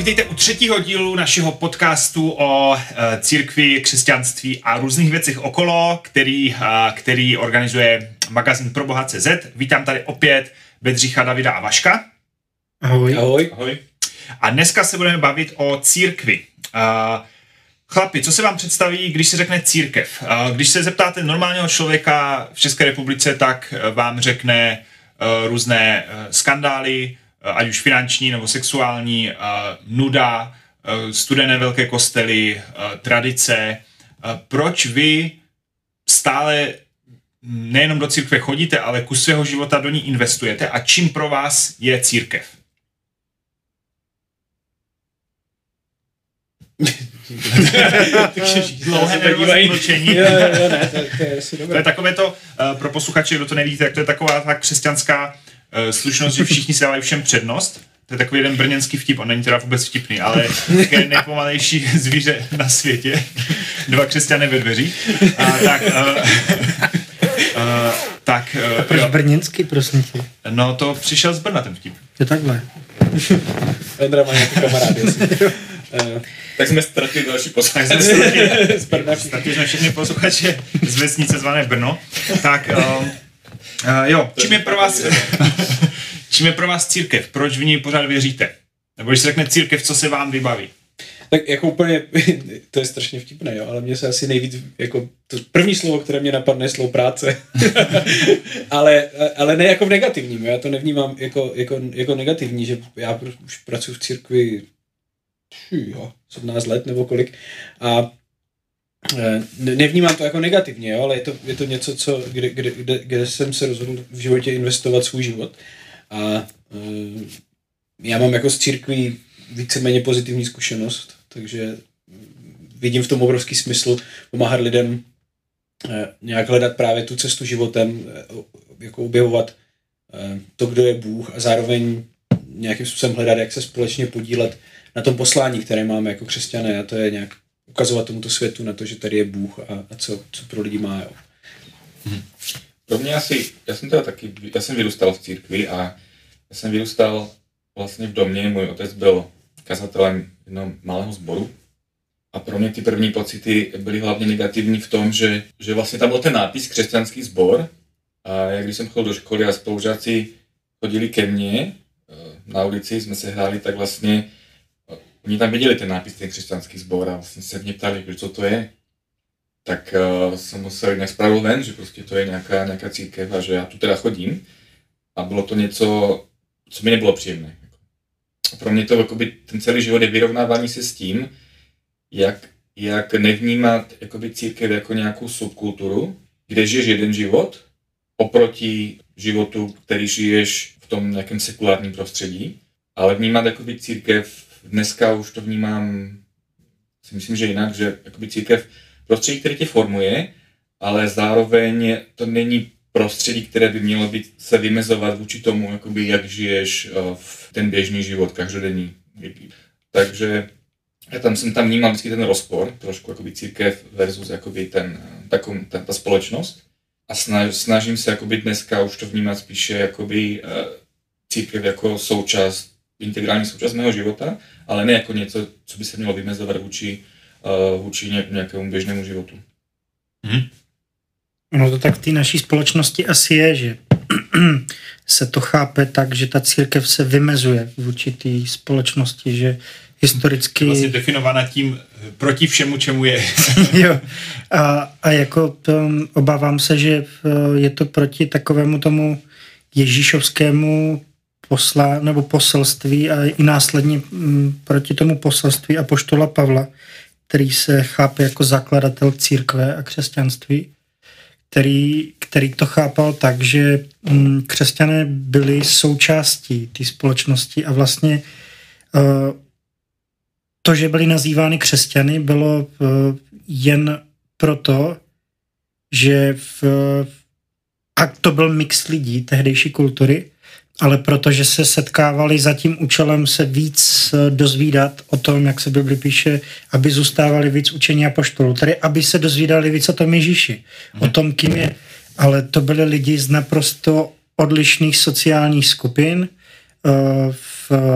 vítejte u 3. dílu našeho podcastu o církvi, křesťanství a různých věcech okolo, který organizuje magazín Proboha.cz. Vítám tady opět Bedřicha, Davida a Vaška. Ahoj. Ahoj. Ahoj. A dneska se budeme bavit o církvi. Chlapi, co se vám představí, když se řekne církev? Když se zeptáte normálního člověka v České republice, tak vám řekne různé skandály, ať už finanční nebo sexuální, nuda, studené velké kostely, tradice. Proč vy stále nejenom do církve chodíte, ale kus svého života do ní investujete a čím pro vás je církev? Dlouhé nervózní mlčení. To je takové to, pro posluchače, kdo to nevíte, tak to je taková ta křesťanská slušnost, že všichni si dávají všem přednost. To je takový jeden brněnský vtip, on není teda vůbec vtipný, ale také nejpomalejší zvíře na světě. 2 křesťané ve dveřích. A proč brněnský, prosím tě? No to přišel z Brna ten vtip. Je takhle. Ondra má nějaký kamarád, tak jsme ztratili další posluchače. Ztratili jsme všechny posluchače z vesnice zvané Brno. Tak jo, čím je pro vás církev? Proč v ní pořád věříte? Nebo když se řekne církev, co se vám vybaví? Tak jako úplně, to je strašně vtipné, jo, ale mě se asi nejvíc, jako to první slovo, které mě napadne, je slovo práce. ale ne jako v negativním, já to nevnímám jako negativní, že já už pracuji v církvi 17 let nebo kolik a nevnímám to jako negativně, jo, ale je to něco, kde jsem se rozhodl v životě investovat svůj život a já mám jako z církví víceméně pozitivní zkušenost, takže vidím v tom obrovský smysl pomáhat lidem nějak hledat právě tu cestu životem, jako objevovat to, kdo je Bůh a zároveň nějakým způsobem hledat, jak se společně podílet na tom poslání, které máme jako křesťané, a to je nějak ukazovat tomuto světu na to, že tady je Bůh a co pro lidi má. Jo. Pro mě asi, já jsem vyrůstal v církvi a já jsem vyrůstal vlastně v domě, můj otec byl kazatelem jednoho malého sboru a pro mě ty první pocity byly hlavně negativní v tom, že vlastně tam byl ten nápis křesťanský sbor a jak když jsem chodil do školy a spolužáci chodili ke mně, na ulici jsme se hráli, tak vlastně oni tam viděli ten nápis, ten křesťanský sbor a vlastně se mě ptali, co to je. Tak jsem musel nějak spravil ven, že prostě to je nějaká církev a že já tu teda chodím. A bylo to něco, co mi nebylo příjemné. A pro mě to jakoby, ten celý život je vyrovnávání se s tím, jak nevnímat jakoby, církev jako nějakou subkulturu, kde žiješ jeden život, oproti životu, který žiješ v tom nějakém sekulárním prostředí, ale vnímat jakoby, církev, dneska už to vnímám, si myslím, že jinak, že jakoby, církev prostředí, které tě formuje, ale zároveň to není prostředí, které by mělo být se vymezovat vůči tomu, jakoby, jak žiješ v ten běžný život, každodenní. Takže já jsem tam vnímal vždycky ten rozpor, trošku jakoby církev versus jakoby ta společnost. A snažím se jakoby dneska už to vnímat spíše jakoby církev jako integrální součást mého života, ale ne jako něco, co by se mělo vymezovat vůči nějakému běžnému životu. No to tak v té naší společnosti asi je, že se to chápe tak, že ta církev se vymezuje vůči té společnosti, že historicky... Je vlastně definovaná tím proti všemu, čemu je. Jo. A jako obávám se, že je to proti takovému tomu ježíšovskému poselství a i následně proti tomu poselství apoštola Pavla, který se chápe jako zakladatel církve a křesťanství, který to chápal tak, že křesťané byli součástí té společnosti a vlastně to, že byli nazývány křesťany, bylo jen proto, že a to byl mix lidí tehdejší kultury, ale protože se setkávali za tím účelem se víc dozvídat o tom, jak se Bibli píše, aby zůstávali víc učení apoštolů, tedy aby se dozvídali víc o tom Ježíši, o tom, kým je. Ale to byli lidi z naprosto odlišných sociálních skupin,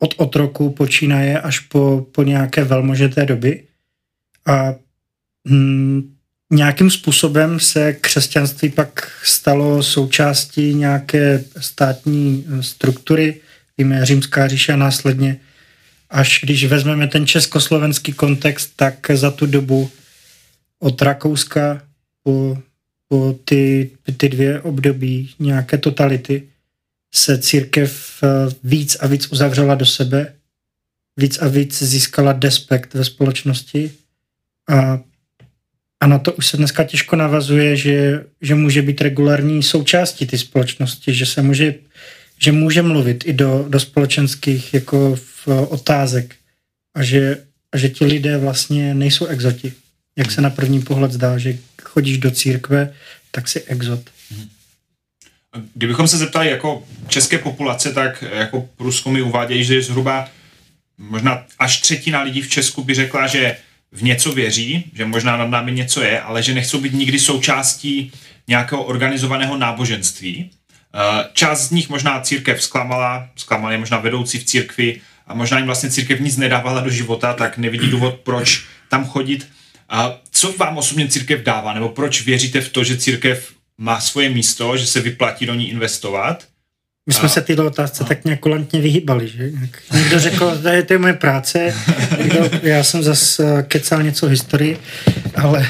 od otroku počínaje až po nějaké velmožené doby. A nějakým způsobem se křesťanství pak stalo součástí nějaké státní struktury, víme Římská říše a následně, až když vezmeme ten československý kontext, tak za tu dobu od Rakouska po ty 2 období nějaké totality se církev víc a víc uzavřela do sebe, víc a víc získala despekt ve společnosti a na to už se dneska těžko navazuje, že může být regulární součástí ty společnosti, že může mluvit i do společenských jako otázek a že ti lidé vlastně nejsou exoti. Jak se na první pohled zdá, že chodíš do církve, tak jsi exot. Kdybychom se zeptali jako české populace, tak jako průzkumy uvádějí, že zhruba možná až 1/3 lidí v Česku by řekla, že v něco věří, že možná nad námi něco je, ale že nechcou být nikdy součástí nějakého organizovaného náboženství. Část z nich možná církev zklamali možná vedoucí v církvi a možná jim vlastně církev nic nedávala do života, tak nevidí důvod, proč tam chodit. Co vám osobně církev dává, nebo proč věříte v to, že církev má svoje místo, že se vyplatí do ní investovat? My jsme se této otázce tak nějak kulantně vyhýbali, že? Někdo řekl, to je moje práce, já jsem zase kecal něco v historii, ale...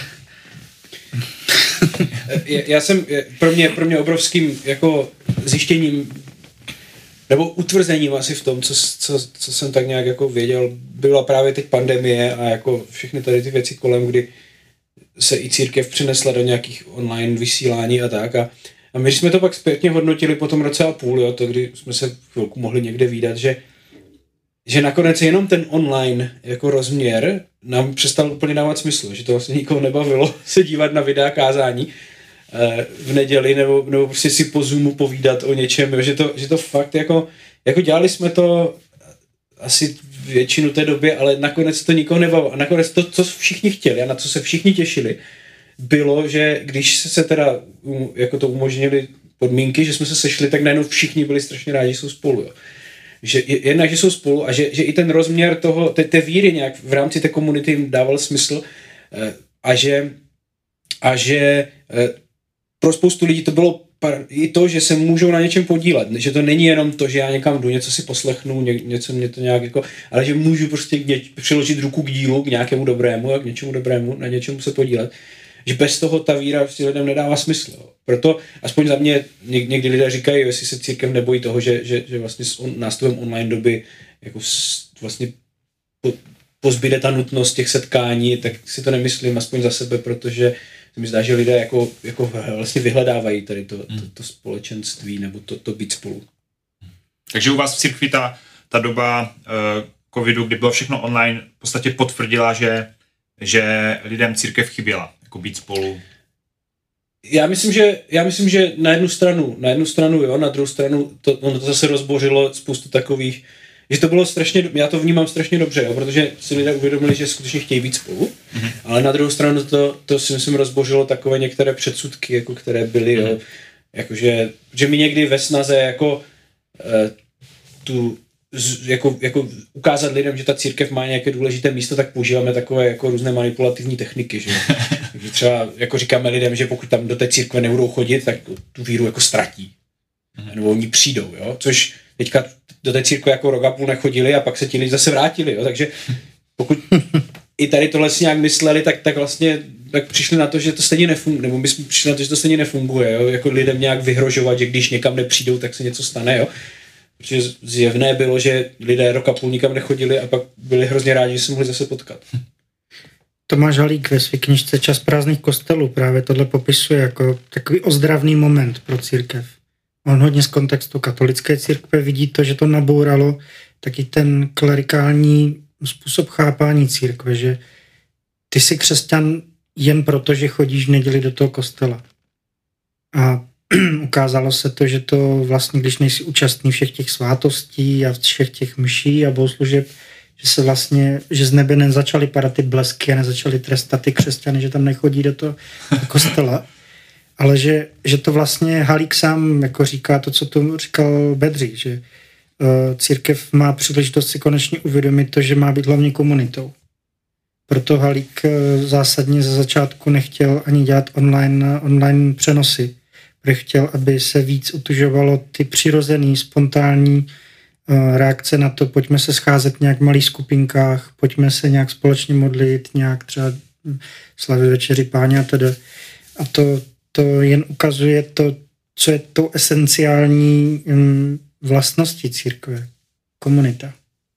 Já jsem, pro mě obrovským jako zjištěním nebo utvrzením asi v tom, co jsem tak nějak jako věděl, byla právě teď pandemie a jako všechny tady ty věci kolem, kdy se i církev přinesla do nějakých online vysílání a tak a my jsme to pak zpětně hodnotili po tom roce a půl, jo, to kdy jsme se chvilku mohli někde vídat, že nakonec jenom ten online jako rozměr nám přestal úplně dávat smysl, že to vlastně nikoho nebavilo se dívat na videa kázání v neděli nebo prostě si po Zoomu povídat o něčem, jo, že to fakt jako dělali jsme to asi většinu té doby, ale nakonec to nikoho nebavilo a nakonec to, co všichni chtěli a na co se všichni těšili, bylo, že když se teda jako to umožnili podmínky, že jsme se sešli, tak najednou všichni byli strašně rádi, že jsou spolu. Jo. Že jednak, že jsou spolu a že i ten rozměr toho, té víry nějak v rámci té komunity jim dával smysl a že pro spoustu lidí to bylo i to, že se můžou na něčem podílet, že to není jenom to, že já někam jdu, něco si poslechnu, něco mě to nějak jako, ale že můžu prostě přiložit ruku k dílu, k nějakému dobrému, k něčemu dobrému, na něčemu se podílet. Že bez toho ta víra si lidem nedává smysl. Jo. Proto aspoň za mě někdy lidé říkají, jestli se církev nebojí toho, že vlastně s nástupem online doby jako vlastně pozbyde ta nutnost těch setkání, tak si to nemyslím aspoň za sebe, protože se mi zdá, že lidé jako vlastně vyhledávají tady to společenství nebo to být spolu. Takže u vás v církvi ta doba covidu, kdy bylo všechno online, v podstatě potvrdila, že lidem církev chyběla, jako být spolu. Já myslím, že na jednu stranu jo, na druhou stranu ono to zase rozbořilo spoustu takových, že to bylo strašně, já to vnímám strašně dobře, jo, protože si lidé uvědomili, že skutečně chtějí být spolu, ale na druhou stranu to si myslím rozbořilo takové některé předsudky, jako které byly, jo, jakože, že mi někdy ve snaze jako jako ukázat lidem, že ta církev má nějaké důležité místo, tak používáme takové jako různé manipulativní techniky, že takže třeba jako říkáme lidem, že pokud tam do té církve nebudou chodit, tak tu víru jako ztratí. Nebo oni přijdou, jo, což teďka do té církve jako rok a půl nechodili a pak se ti lidi zase vrátili, jo, takže pokud i tady tohle si nějak mysleli, tak vlastně tak přišli na to, že to stejně nefunguje, nebo my jsme přišli na to, že to stejně nefunguje, jo, jako lidem nějak vyhrožovat, že když někam nepřijdou, tak se něco stane, jo. Protože zjevné bylo, že lidé rok a půl nikam nechodili a pak byli hrozně rádi, že se mohli zase potkat. Tomáš Halík ve své knižce Čas prázdných kostelů právě tohle popisuje jako takový ozdravný moment pro církev. On hodně z kontextu katolické církve vidí to, že to nabouralo taky ten klerikální způsob chápání církve, že ty jsi křesťan jen proto, že chodíš v neděli do toho kostela. A ukázalo se to, že to vlastně, když nejsi účastný všech těch svátostí a všech těch mší a bohoslužeb, že se vlastně, že z nebe nezačaly padat ty blesky a nezačaly trestat ty křesťany, že tam nechodí do toho kostela, ale že to vlastně Halík sám jako říká to, co tu říkal Bedřich, že církev má příležitost si konečně uvědomit to, že má být hlavně komunitou. Proto Halík zásadně ze začátku nechtěl ani dělat online přenosy, protože chtěl, aby se víc utužovalo ty přirozený, spontánní reakce na to, pojďme se scházet nějak v malých skupinkách, pojďme se nějak společně modlit, nějak třeba slavit večeři Páně a tedy. A to jen ukazuje to, co je tou esenciální vlastností církve. Komunita.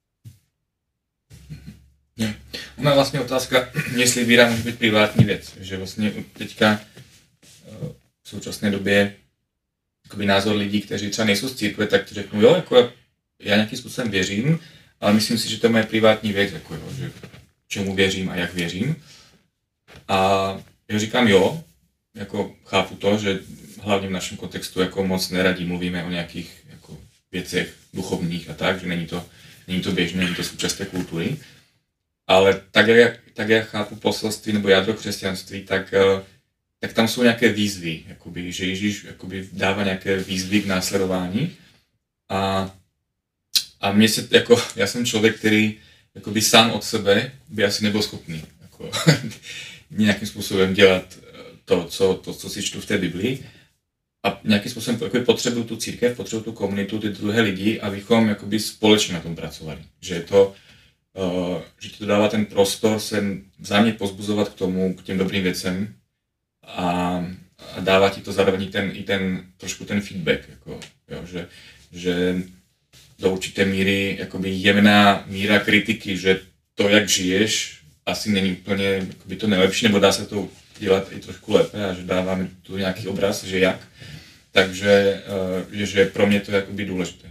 Ona je vlastně otázka, jestli víra může být privátní věc. Že vlastně teďka v současné době názor lidí, kteří třeba nejsou z církve, tak řeknou, jo, jako já nějakým způsobem věřím, ale myslím si, že to je moje privátní věc, jako jo, že čemu věřím a jak věřím. A já říkám jo, jako chápu to, že hlavně v našem kontextu jako moc neradí mluvíme o nějakých jako věcech duchovních a tak, že není to běžné, není to součást té kultury. Ale tak jak chápu poselství nebo jádro křesťanství, tak tam jsou nějaké výzvy, jakoby, že Ježíš jakoby dává nějaké výzvy k následování. A mě se, jako, já jsem člověk, který jakoby sám od sebe by asi nebyl schopný jako, nějakým způsobem dělat to, co si čtu v té Biblii. A nějakým způsobem jako potřebuju tu církev, potřebuju tu komunitu, ty druhé lidi, abychom jakoby společně na tom pracovali. Že ti to dává ten prostor se vzájemně pozbuzovat k těm dobrým věcem a dává ti to zároveň trošku ten feedback, jako, jo, že do určité míry jakoby jemná míra kritiky, že to, jak žiješ, asi není úplně jakoby to nejlepší, nebo dá se to dělat i trošku lépe a že dáváme tu nějaký obraz, že jak. Takže že pro mě to je jakoby důležité.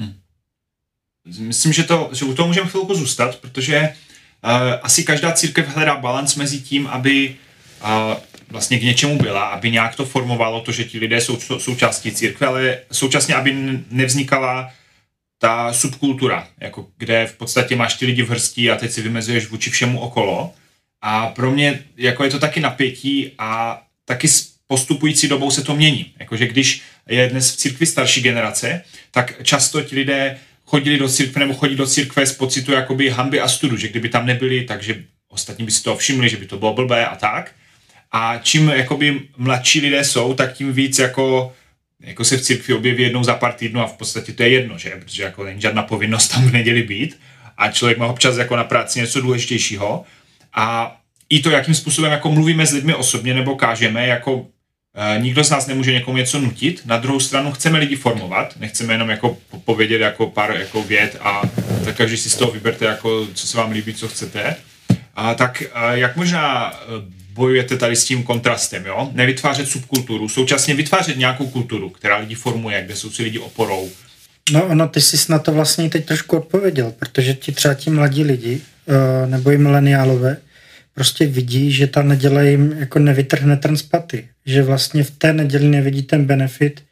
Myslím, že u toho můžeme chvilku zůstat, protože asi každá církev hledá balans mezi tím, aby vlastně k něčemu byla, aby nějak to formovalo to, že ti lidé jsou součástí církve, ale současně, aby nevznikala ta subkultura, jako kde v podstatě máš ty lidi v hrstí a teď si vymezuješ vůči všemu okolo. A pro mě jako je to taky napětí a taky s postupující dobou se to mění. Jakože když je dnes v církvi starší generace, tak často ti lidé chodili do církve nebo chodí do církve z pocitu jakoby hanby a studu, že kdyby tam nebyli, takže ostatní by si toho všimli, že by to bylo blbé a tak. A čím jakoby mladší lidé jsou, tak tím víc jako se v církvi objeví jednou za pár týdnů a v podstatě to je jedno, že? Protože jako není žádná povinnost tam v neděli být a člověk má občas jako na práci něco důležitějšího. A i to, jakým způsobem jako mluvíme s lidmi osobně nebo kážeme, jako nikdo z nás nemůže někomu něco nutit. Na druhou stranu chceme lidi formovat, nechceme jenom jako povědět jako pár jako vět a tak každý si z toho vyberte, jako, co se vám líbí, co chcete. Tak jak možná bojujete tady s tím kontrastem, jo? Nevytvářet subkulturu, současně vytvářet nějakou kulturu, která lidi formuje, kde jsou si lidi oporou. No, ty jsi na to vlastně teď trošku odpověděl, protože ti mladí lidi, nebo i mileniálové, prostě vidí, že ta neděle jim jako nevytrhne trn z paty. Že vlastně v té neděli nevidí ten benefit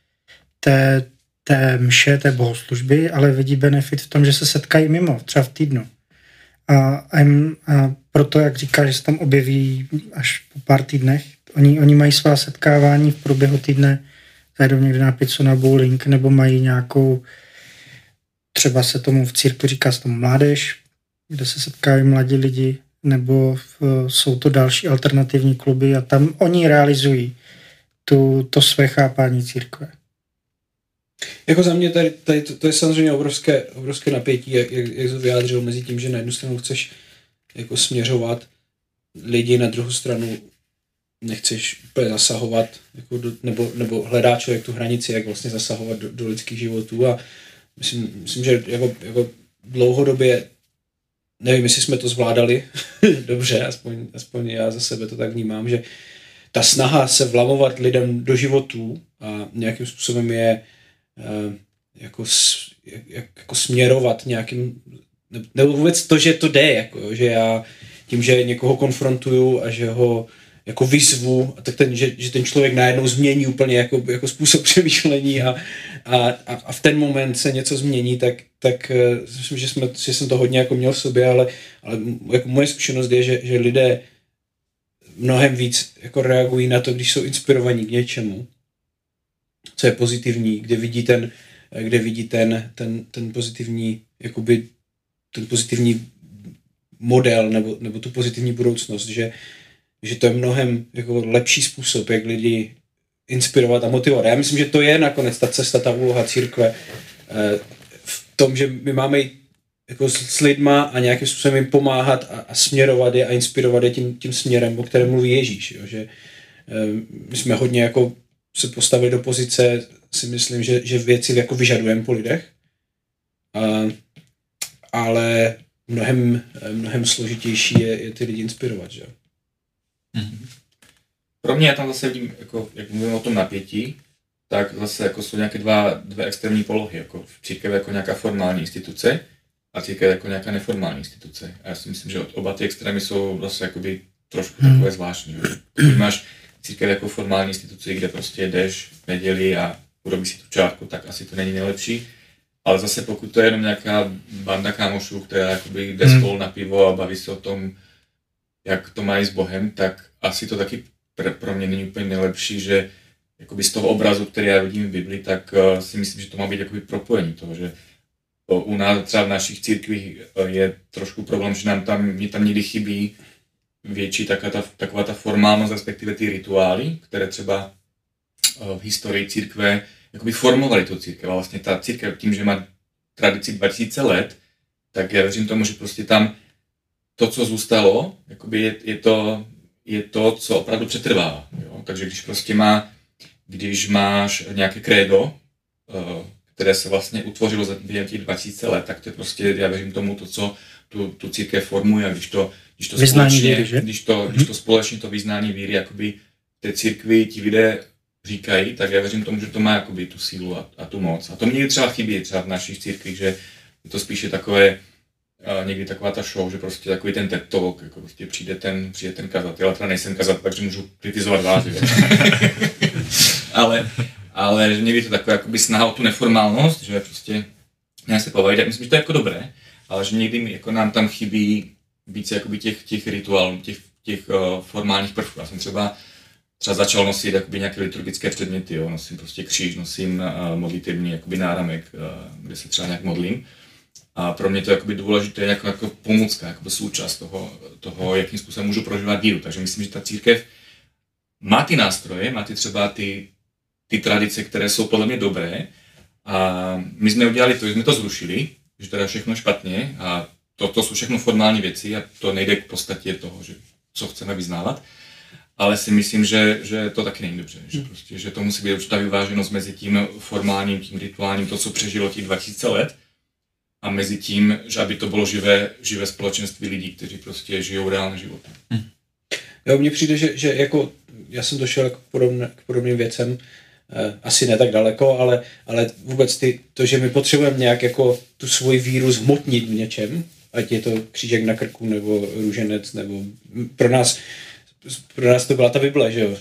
té mše, té bohoslužby, ale vidí benefit v tom, že se setkají mimo, třeba v týdnu. A proto, jak říká, že se tam objeví až po pár týdnech, oni mají svá setkávání v průběhu týdne, zajdou někde na pizzu, na bowling, nebo mají nějakou, třeba se tomu v církvi říká se tomu mládež, kde se setkávají mladí lidi, nebo jsou to další alternativní kluby a tam oni realizují to své chápání církve. Jako za mě tady to je samozřejmě obrovské napětí, jak to vyjádřil mezi tím, že na jednu stranu chceš jako směřovat lidi, na druhou stranu nechceš úplně zasahovat, jako nebo hledá člověk tu hranici, jak vlastně zasahovat do lidských životů a myslím že jako dlouhodobě nevím, jestli jsme to zvládali dobře, aspoň já za sebe to tak vnímám, že ta snaha se vlamovat lidem do životů a nějakým způsobem je jako směrovat nějakým, nebo vůbec to, že to jde, jako, že já tím, že někoho konfrontuju a že ho jako vyzvu, a tak že ten člověk najednou změní úplně jako způsob přemýšlení a v ten moment se něco změní, tak myslím, že jsem to hodně jako měl v sobě, ale jako moje zkušenost je, že lidé mnohem víc jako reagují na to, když jsou inspirovaní k něčemu, co je pozitivní, kde vidí kde vidí ten pozitivní, jakoby ten pozitivní model nebo tu pozitivní budoucnost, že to je mnohem jako lepší způsob, jak lidi inspirovat a motivovat. Já myslím, že to je nakonec ta cesta, ta úloha církve v tom, že my máme jít jako s lidma a nějakým způsobem jim pomáhat a směrovat je a inspirovat je tím směrem, o kterém mluví Ježíš. Jo? Že my jsme hodně jako se postavili do pozice, si myslím, že věci jako vyžadujeme po lidech, ale mnohem složitější je ty lidi inspirovat. Že? Pro mě já tam zase vidím, jako, jak mluvím o tom napětí, tak zase jako jsou nějaké dvě extrémní polohy, jako v církev jako nějaká formální instituce a církev jako nějaká neformální instituce. A já si myslím, že oba ty extrémy jsou vlastně jakoby trošku takové zvláštní. Když máš církev jako formální instituci, kde prostě jdeš v neděli a urobíš si tu čárku, tak asi to není nejlepší. Ale zase pokud to je jenom nějaká banda kámošů, která jakoby jde spolu na pivo a baví se o tom, jak to mají s Bohem, tak asi to taky pro mě není úplně nejlepší, že jakoby z toho obrazu, který já vidím v Biblii, tak si myslím, že to má být jakoby propojení toho, že u nás třeba v našich církvích je trošku problém, že mě tam někdy chybí větší taková ta formálnost, respektive ty rituály, které třeba v historii církve jakoby formovaly tu církev. A vlastně ta církev tím, že má tradici 2000 let, tak já věřím tomu, že prostě tam to, co zůstalo, jakoby je to, co opravdu přetrvává. Jo? Takže když máš nějaké krédo, které se vlastně utvořilo během těch 2000 let, tak to je prostě, já věřím tomu, to, co tu církev formuje, a když to společně to vyznání víry jakoby té církvi ti lidé říkají, tak já věřím tomu, že to má jakoby tu sílu a tu moc. A to mě třeba chybí třeba v našich církvích, že je to spíše takové, někdy taková ta show, že prostě takový ten TED Talk, jako prostě přijde ten kazatel, já teda nejsem kazatel, takže můžu kritizovat vás. ale že někdy to takové jakoby snaha o tu neformálnost, že prostě nějak se povědět, myslím, že to je jako dobré, ale že někdy jako nám tam chybí více jakoby těch rituálů, těch formálních prvků. Já jsem třeba začal nosit jakoby nějaké liturgické předměty, jo. Nosím prostě kříž, nosím modlitevní jakoby náramek, kde se třeba nějak modlím. A pro mě to je jakoby důležité jako pomůcka, jako součást toho, jakým způsobem můžu prožívat víru. Takže myslím, že ta církev má ty nástroje, má třeba ty tradice, které jsou podle mě dobré. A my jsme udělali to, že jsme to zrušili, že teda všechno špatně a to jsou všechno formální věci a to nejde k podstatě toho, že co chceme vyznávat. Ale si myslím, že to taky není dobře, že to musí být určitá vyváženost mezi tím formálním, tím rituálním, to, co přežilo těch 2000 let, a mezi tím, že aby to bylo živé společenství lidí, kteří prostě žijou reálné životy. Jo, mně přijde, že jako já jsem došel k podobným věcem, asi ne tak daleko, ale vůbec to, že my potřebujeme nějak jako tu svoji víru zhmotnit v něčem, ať je to křížek na krku, nebo růženec, nebo pro nás to byla ta Bible, že jo?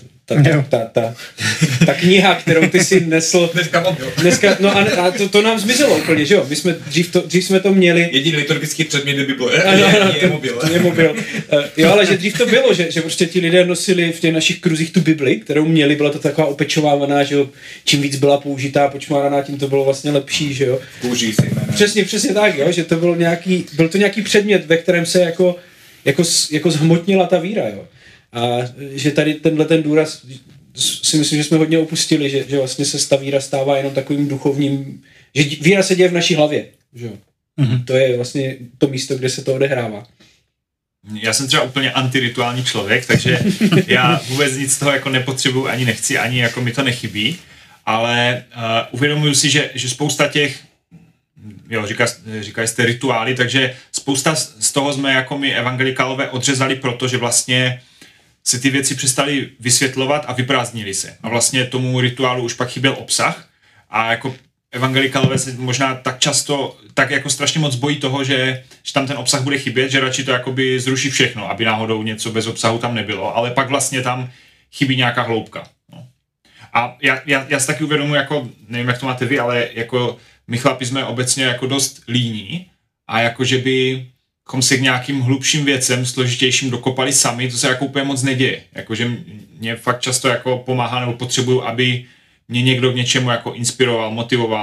Ta kniha, kterou ty si nesl. Dneska, no a to nám zmizelo úplně, že jo? My jsme dřív jsme to měli. Jediný liturgický předmět je Bible. Je mobil. Jo, ale že dřív to bylo, že prostě ti lidé nosili v těch našich kruzích tu Bibli, kterou měli, byla to taková opečovávaná, že jo? Čím víc byla použitá, počmáraná, tím to bylo vlastně lepší, že jo? Kůží si. Přesně tak, jo? Že to byl to nějaký předmět, ve kterém se jako zhmotnila ta víra, jo? A že tady ten důraz si myslím, že jsme hodně opustili, že vlastně se ta víra stává jenom takovým duchovním, že víra se děje v naší hlavě, že jo. To je vlastně to místo, kde se to odehrává. Já jsem třeba úplně antirituální člověk, takže já vůbec nic z toho jako nepotřebuju, ani nechci, ani jako mi to nechybí, ale uvědomuju si, že spousta těch, jo, říkají jste rituály, takže spousta z toho jsme jako my evangelikálové odřezali, protože vlastně se ty věci přestali vysvětlovat a vyprázdnili se. A vlastně tomu rituálu už pak chyběl obsah a jako evangelikálové se možná tak často, tak jako strašně moc bojí toho, že tam ten obsah bude chybět, že radši to jakoby zruší všechno, aby náhodou něco bez obsahu tam nebylo, ale pak vlastně tam chybí nějaká hloubka. No. A já si taky uvědomuji, jako, nevím, jak to máte vy, ale jako my chlapi jsme obecně jako dost líní a jako, že bychom se k nějakým hlubším věcem, složitějším dokopali sami, to se jako úplně moc neděje. Jakože mě fakt často jako pomáhá nebo potřebuju, aby mě někdo k něčemu jako inspiroval, motivoval,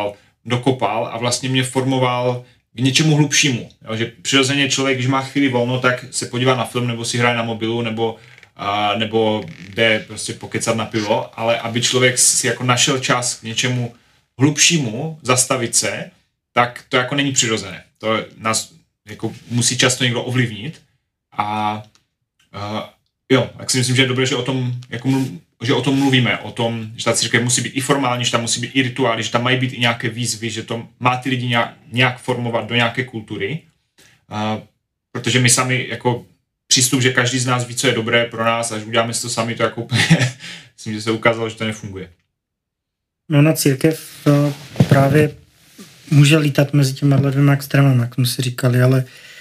dokopal a vlastně mě formoval k něčemu hlubšímu. Jo? Že přirozeně člověk, když má chvíli volno, tak se podívá na film nebo si hraje na mobilu nebo jde prostě pokecat na pivo, ale aby člověk si jako našel čas k něčemu hlubšímu, zastavit se, tak to jako není přirozené. To nás jako musí často někdo ovlivnit a jo, tak si myslím, že je dobré, že o tom mluvíme, o tom, že ta církev musí být i formální, že tam musí být i rituály, že tam mají být i nějaké výzvy, že to má ty lidi nějak formovat do nějaké kultury, protože my sami jako přístup, že každý z nás ví, co je dobré pro nás, až uděláme si to sami, to jako úplně, myslím, že se ukázalo, že to nefunguje. No na církev právě může lítat mezi těma dvěma extrémami, jak jsme si říkali, ale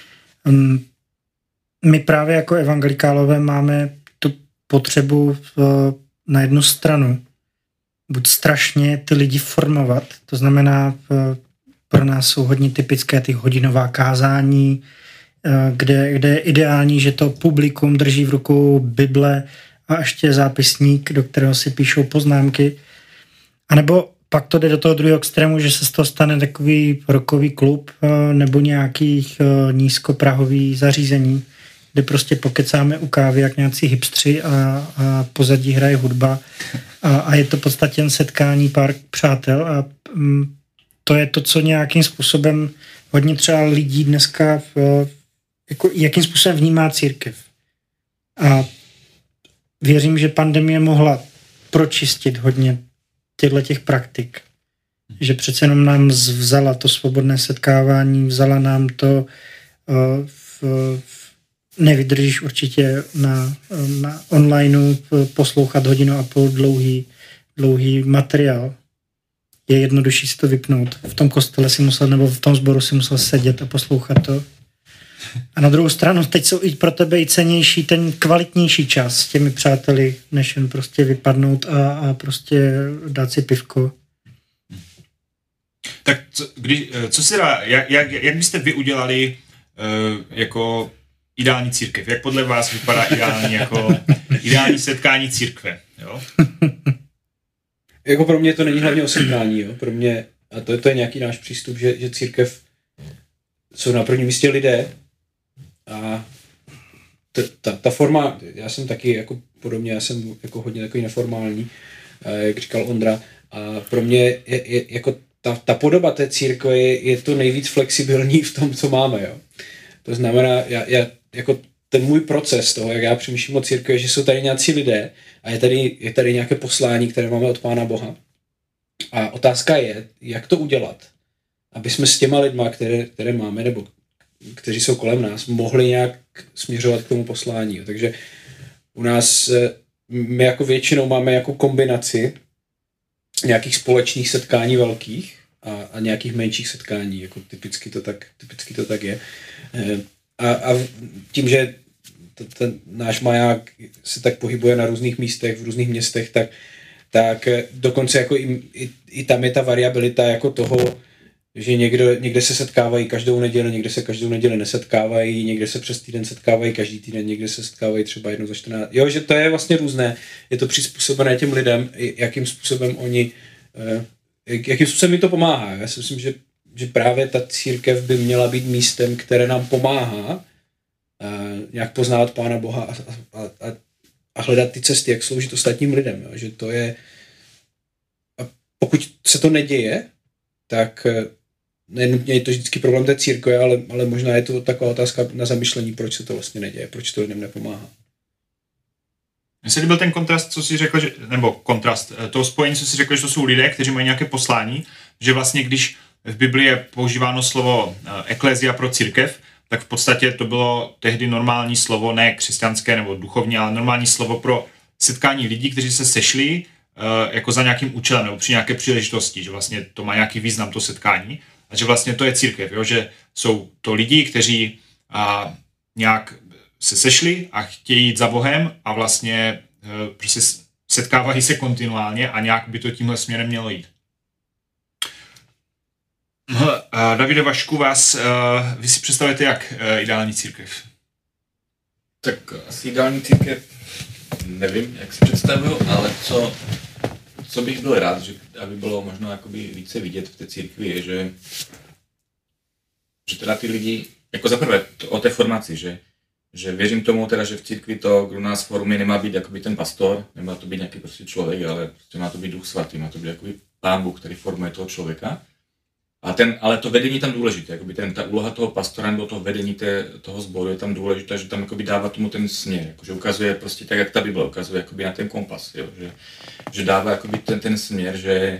my právě jako evangelikálové máme tu potřebu na jednu stranu buď strašně ty lidi formovat, to znamená pro nás jsou hodně typické ty hodinová kázání, kde je ideální, že to publikum drží v rukou Bible a ještě zápisník, do kterého si píšou poznámky. A nebo pak to jde do toho druhého extrému, že se z toho stane takový rockový klub nebo nějakých nízkoprahový zařízení, kde prostě pokecáme u kávy jak nějací hipstři a pozadí hraje hudba a je to v podstatě jen setkání pár přátel a to je to, co nějakým způsobem hodně třeba lidí dneska jako jakým způsobem vnímá církev. A věřím, že pandemie mohla pročistit hodně těch praktik. Že přece jenom nám vzala to svobodné setkávání, vzala nám to nevydržíš určitě na onlineu poslouchat 1,5 hodiny dlouhý materiál. Je jednodušší si to vypnout. V tom kostele si musel, nebo v tom sboru si musel sedět a poslouchat to. A na druhou stranu, teď jsou i pro tebe i cennější ten kvalitnější čas s těmi přáteli, než jen prostě vypadnout a prostě dát si pivko. Tak co si dá, jak byste vy udělali jako ideální církev? Jak podle vás vypadá ideální setkání církve? Jo? Jako pro mě to není hlavně o setkání, jo? Pro mě, a to je nějaký náš přístup, že církev jsou na prvním místě lidé a ta forma, já jsem taky jako podobně, já jsem jako hodně takový neformální, jak říkal Ondra, a pro mě je jako ta podoba té církve je to nejvíc flexibilní v tom, co máme, jo. To znamená, já jako ten můj proces toho, jak já přemýšlím o církvi, že jsou tady nějací lidé a je tady nějaké poslání, které máme od Pána Boha. A otázka je, jak to udělat, aby jsme s těma lidma, které máme, nebo kteří jsou kolem nás, mohli nějak směřovat k tomu poslání. Jo. Takže u nás my jako většinou máme jako kombinaci nějakých společných setkání velkých a nějakých menších setkání, jako typicky to tak je. A tím, že ten náš maják se tak pohybuje na různých místech, v různých městech, tak dokonce jako i tam je ta variabilita jako toho, že někde se setkávají každou neděli, někde se každou neděli nesetkávají, někde se přes týden setkávají každý týden, někde se setkávají třeba jednou za 14. Jo, že to je vlastně různé. Je to přizpůsobené těm lidem, jakým způsobem jakým způsobem mi to pomáhá. Já si myslím, že právě ta církev by měla být místem, které nám pomáhá nějak poznávat Pána Boha a hledat ty cesty, jak sloužit ostatním lidem. Jo? Že to je... A pokud se to neděje, tak nenutně je to vždycky problém té církve, ale možná je to taková otázka na zamyšlení, proč se to vlastně neděje, proč to lidem nepomáhá. Mně se líbil ten kontrast, co jsi řekl, nebo kontrast, toho spojení, co jsi řekl, že to jsou lidé, kteří mají nějaké poslání, že vlastně když v Biblii je používáno slovo eklézia pro církev, tak v podstatě to bylo tehdy normální slovo, ne křesťanské nebo duchovní, ale normální slovo pro setkání lidí, kteří se sešli jako za nějakým účelem nebo při nějaké příležitosti, že vlastně to má nějaký význam, to setkání, a že vlastně to je církev, jo? Že jsou to lidi, kteří nějak se sešli a chtějí jít za Bohem a vlastně prostě setkávají se kontinuálně a nějak by to tímhle směrem mělo jít. Davide, Vašku, vy si představujete jak ideální církev? Tak asi ideální církev nevím, jak si představuju, ale co co bych byl rád, že aby bylo možno jakoby více vidět v té církvi, je, že teda ty lidi, jako zaprvé o té formaci, že věřím tomu teda, že v církvi to, kdo nás formuje, nemá být jakoby ten pastor, nemá to být nějaký prostě člověk, ale prostě má to být Duch Svatý, má to být jakoby Pán Bůh, který formuje toho člověka. Ale to vedení je tam důležité, jakoby ta úloha toho pastora nebo toho vedení toho sboru je tam důležitá, že tam jakoby dává tomu ten směr, jakože ukazuje prostě tak, jak ta Bible ukazuje jakoby na ten kompas, jo, že dává jakoby ten směr, že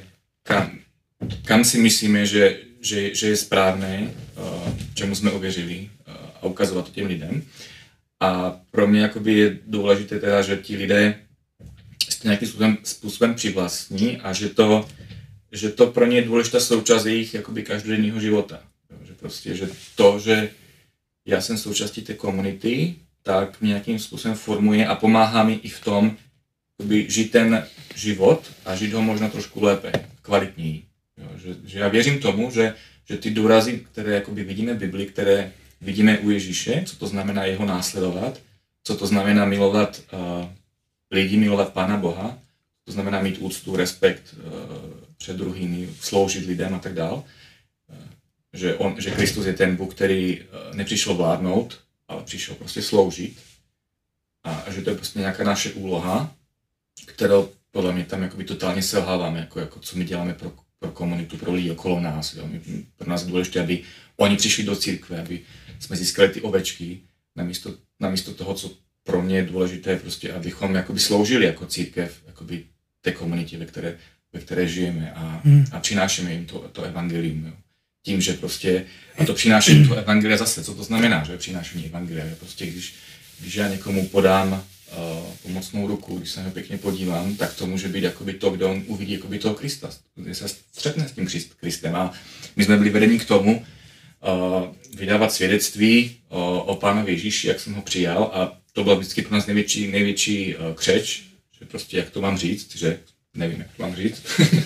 kam si myslíme, že je správné, čemu jsme uvěřili a ukazovat to těm lidem. A pro mě jakoby je důležité teda, že ti lidé si to nějakým způsobem přivlastní a že to pro ně je důležitá součást jejich jakoby každodenního života. Že prostě, že já jsem součástí té komunity, tak mě nějakým způsobem formuje a pomáhá mi i v tom, jakoby žít ten život a žít ho možná trošku lépe, kvalitněji. Že já věřím tomu, že ty důrazy, které jakoby vidíme v Bibli, které vidíme u Ježíše, co to znamená jeho následovat, co to znamená milovat lidi, milovat Pána Boha, to znamená mít úctu, respekt před druhými, sloužit lidem a tak dál. Že Kristus je ten Bůh, který nepřišel vládnout, ale přišel prostě sloužit. A že to je prostě nějaká naše úloha, kterou podle mě tam jakoby totálně selháváme, jako co my děláme pro komunitu, pro lidi okolo nás. Jo. Pro nás je důležité, aby oni přišli do církve, aby jsme získali ty ovečky, namísto toho, co pro mě je důležité, prostě, abychom jakoby sloužili jako církev jakoby té komunitě, ve které žijeme a přinášíme jim to evangelium. Jo. Tím, že prostě, a to přinášení toho evangelia zase, co to znamená, že přinášení evangelia, prostě když já někomu podám pomocnou ruku, když se ho pěkně podívám, tak to může být jakoby to, kde on uvidí jakoby toho Krista, kde se střetne s tím Kristem. A my jsme byli vedeni k tomu vydávat svědectví o Pánovi Ježíši, jak jsem ho přijal, a to byla vždycky pro nás největší křeč, že prostě jak to mám říct, že nevím, jak to mám říct.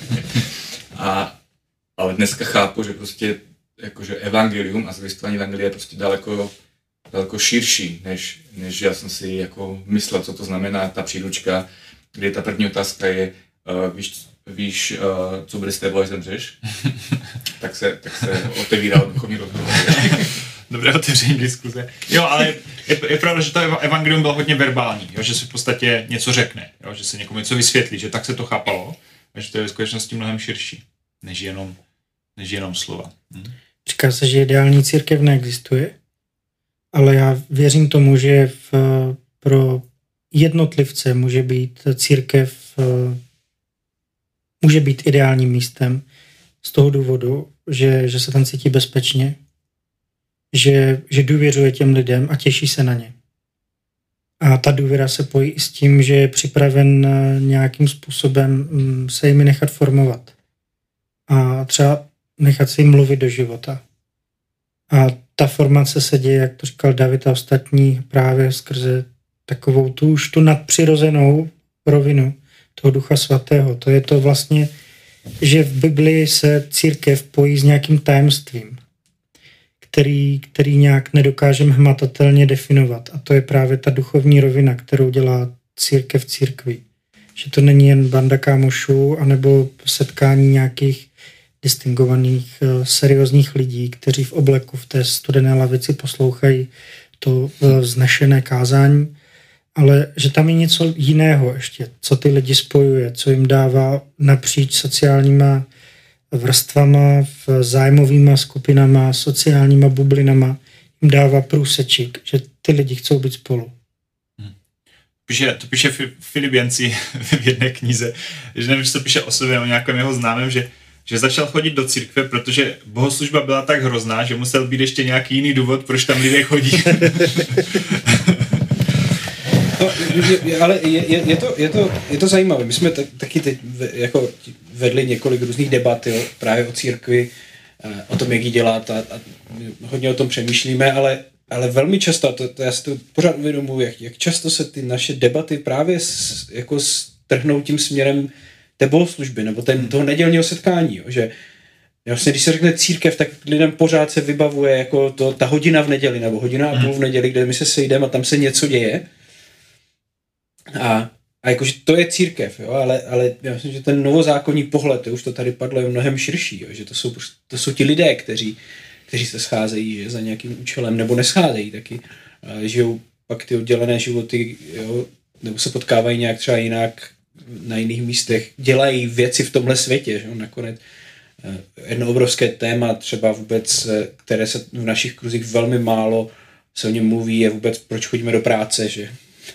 Ale dneska chápu, že prostě jakože evangelium a zvěstování evangelia je prostě daleko širší, než já jsem si jako myslel, co to znamená ta příručka, kde ta první otázka je, víš, co bude s tebou, až zemřeš? tak se otevírá duchovní rozhovor. Dobré otevření diskuze. Jo, ale je pravda, že to evangelium bylo hodně verbální, jo, že se v podstatě něco řekne, jo, že se někomu něco vysvětlí, že tak se to chápalo, a že to je v skutečnosti mnohem širší, než jenom slova. Říká se, že ideální církev neexistuje, ale já věřím tomu, že pro jednotlivce může být církev může být ideálním místem z toho důvodu, že se tam cítí bezpečně, že důvěřuje těm lidem a těší se na ně. A ta důvěra se pojí i s tím, že je připraven nějakým způsobem se jimi nechat formovat. A třeba nechat se jim mluvit do života. A ta formace se děje, jak to říkal David a ostatní, právě skrze takovou tu nadpřirozenou rovinu toho Ducha Svatého. To je to vlastně, že v Biblii se církev pojí s nějakým tajemstvím, který nějak nedokážeme hmatatelně definovat. A to je právě ta duchovní rovina, kterou dělá církev církví. Že to není jen banda kámošů anebo setkání nějakých distingovaných, seriózních lidí, kteří v obleku v té studené lavici poslouchají to vznešené kázání, ale že tam je něco jiného ještě, co ty lidi spojuje, co jim dává napříč sociálníma vrstvama, zájmovýma skupinama, sociálníma bublinama, jim dává průsečík, že ty lidi chcou být spolu. To píše Filipianci v jedné knize, že nevím, že to píše o sobě, o nějakém jeho známém, že začal chodit do církve, protože bohoslužba byla tak hrozná, že musel být ještě nějaký jiný důvod, proč tam lidé chodí. No, ale je to zajímavé. My jsme taky teď jako vedli několik různých debat, jo, právě o církvi, o tom, jak ji dělat a hodně o tom přemýšlíme, ale velmi často, já si to pořád uvědomuji, jak často se ty naše debaty právě jako strhnou tím směrem té bohoslužby, nebo toho nedělního setkání, jo, že vlastně, když se řekne církev, tak lidem pořád se vybavuje jako ta hodina v neděli, nebo hodina a půl v neděli, kde my se sejdeme a tam se něco děje. A a jakože to je církev, jo, ale já myslím, že ten novozákonní pohled, už to tady padlo, je mnohem širší, jo, že to jsou ti lidé, kteří se scházejí, že za nějakým účelem, nebo nescházejí taky, žijou pak ty oddělené životy, jo, nebo se potkávají nějak třeba jinak na jiných místech, dělají věci v tomhle světě, že jo, nakonec jedno obrovské téma třeba vůbec, které se v našich kruzích velmi málo se o něm mluví, je vůbec, proč chodíme do práce, že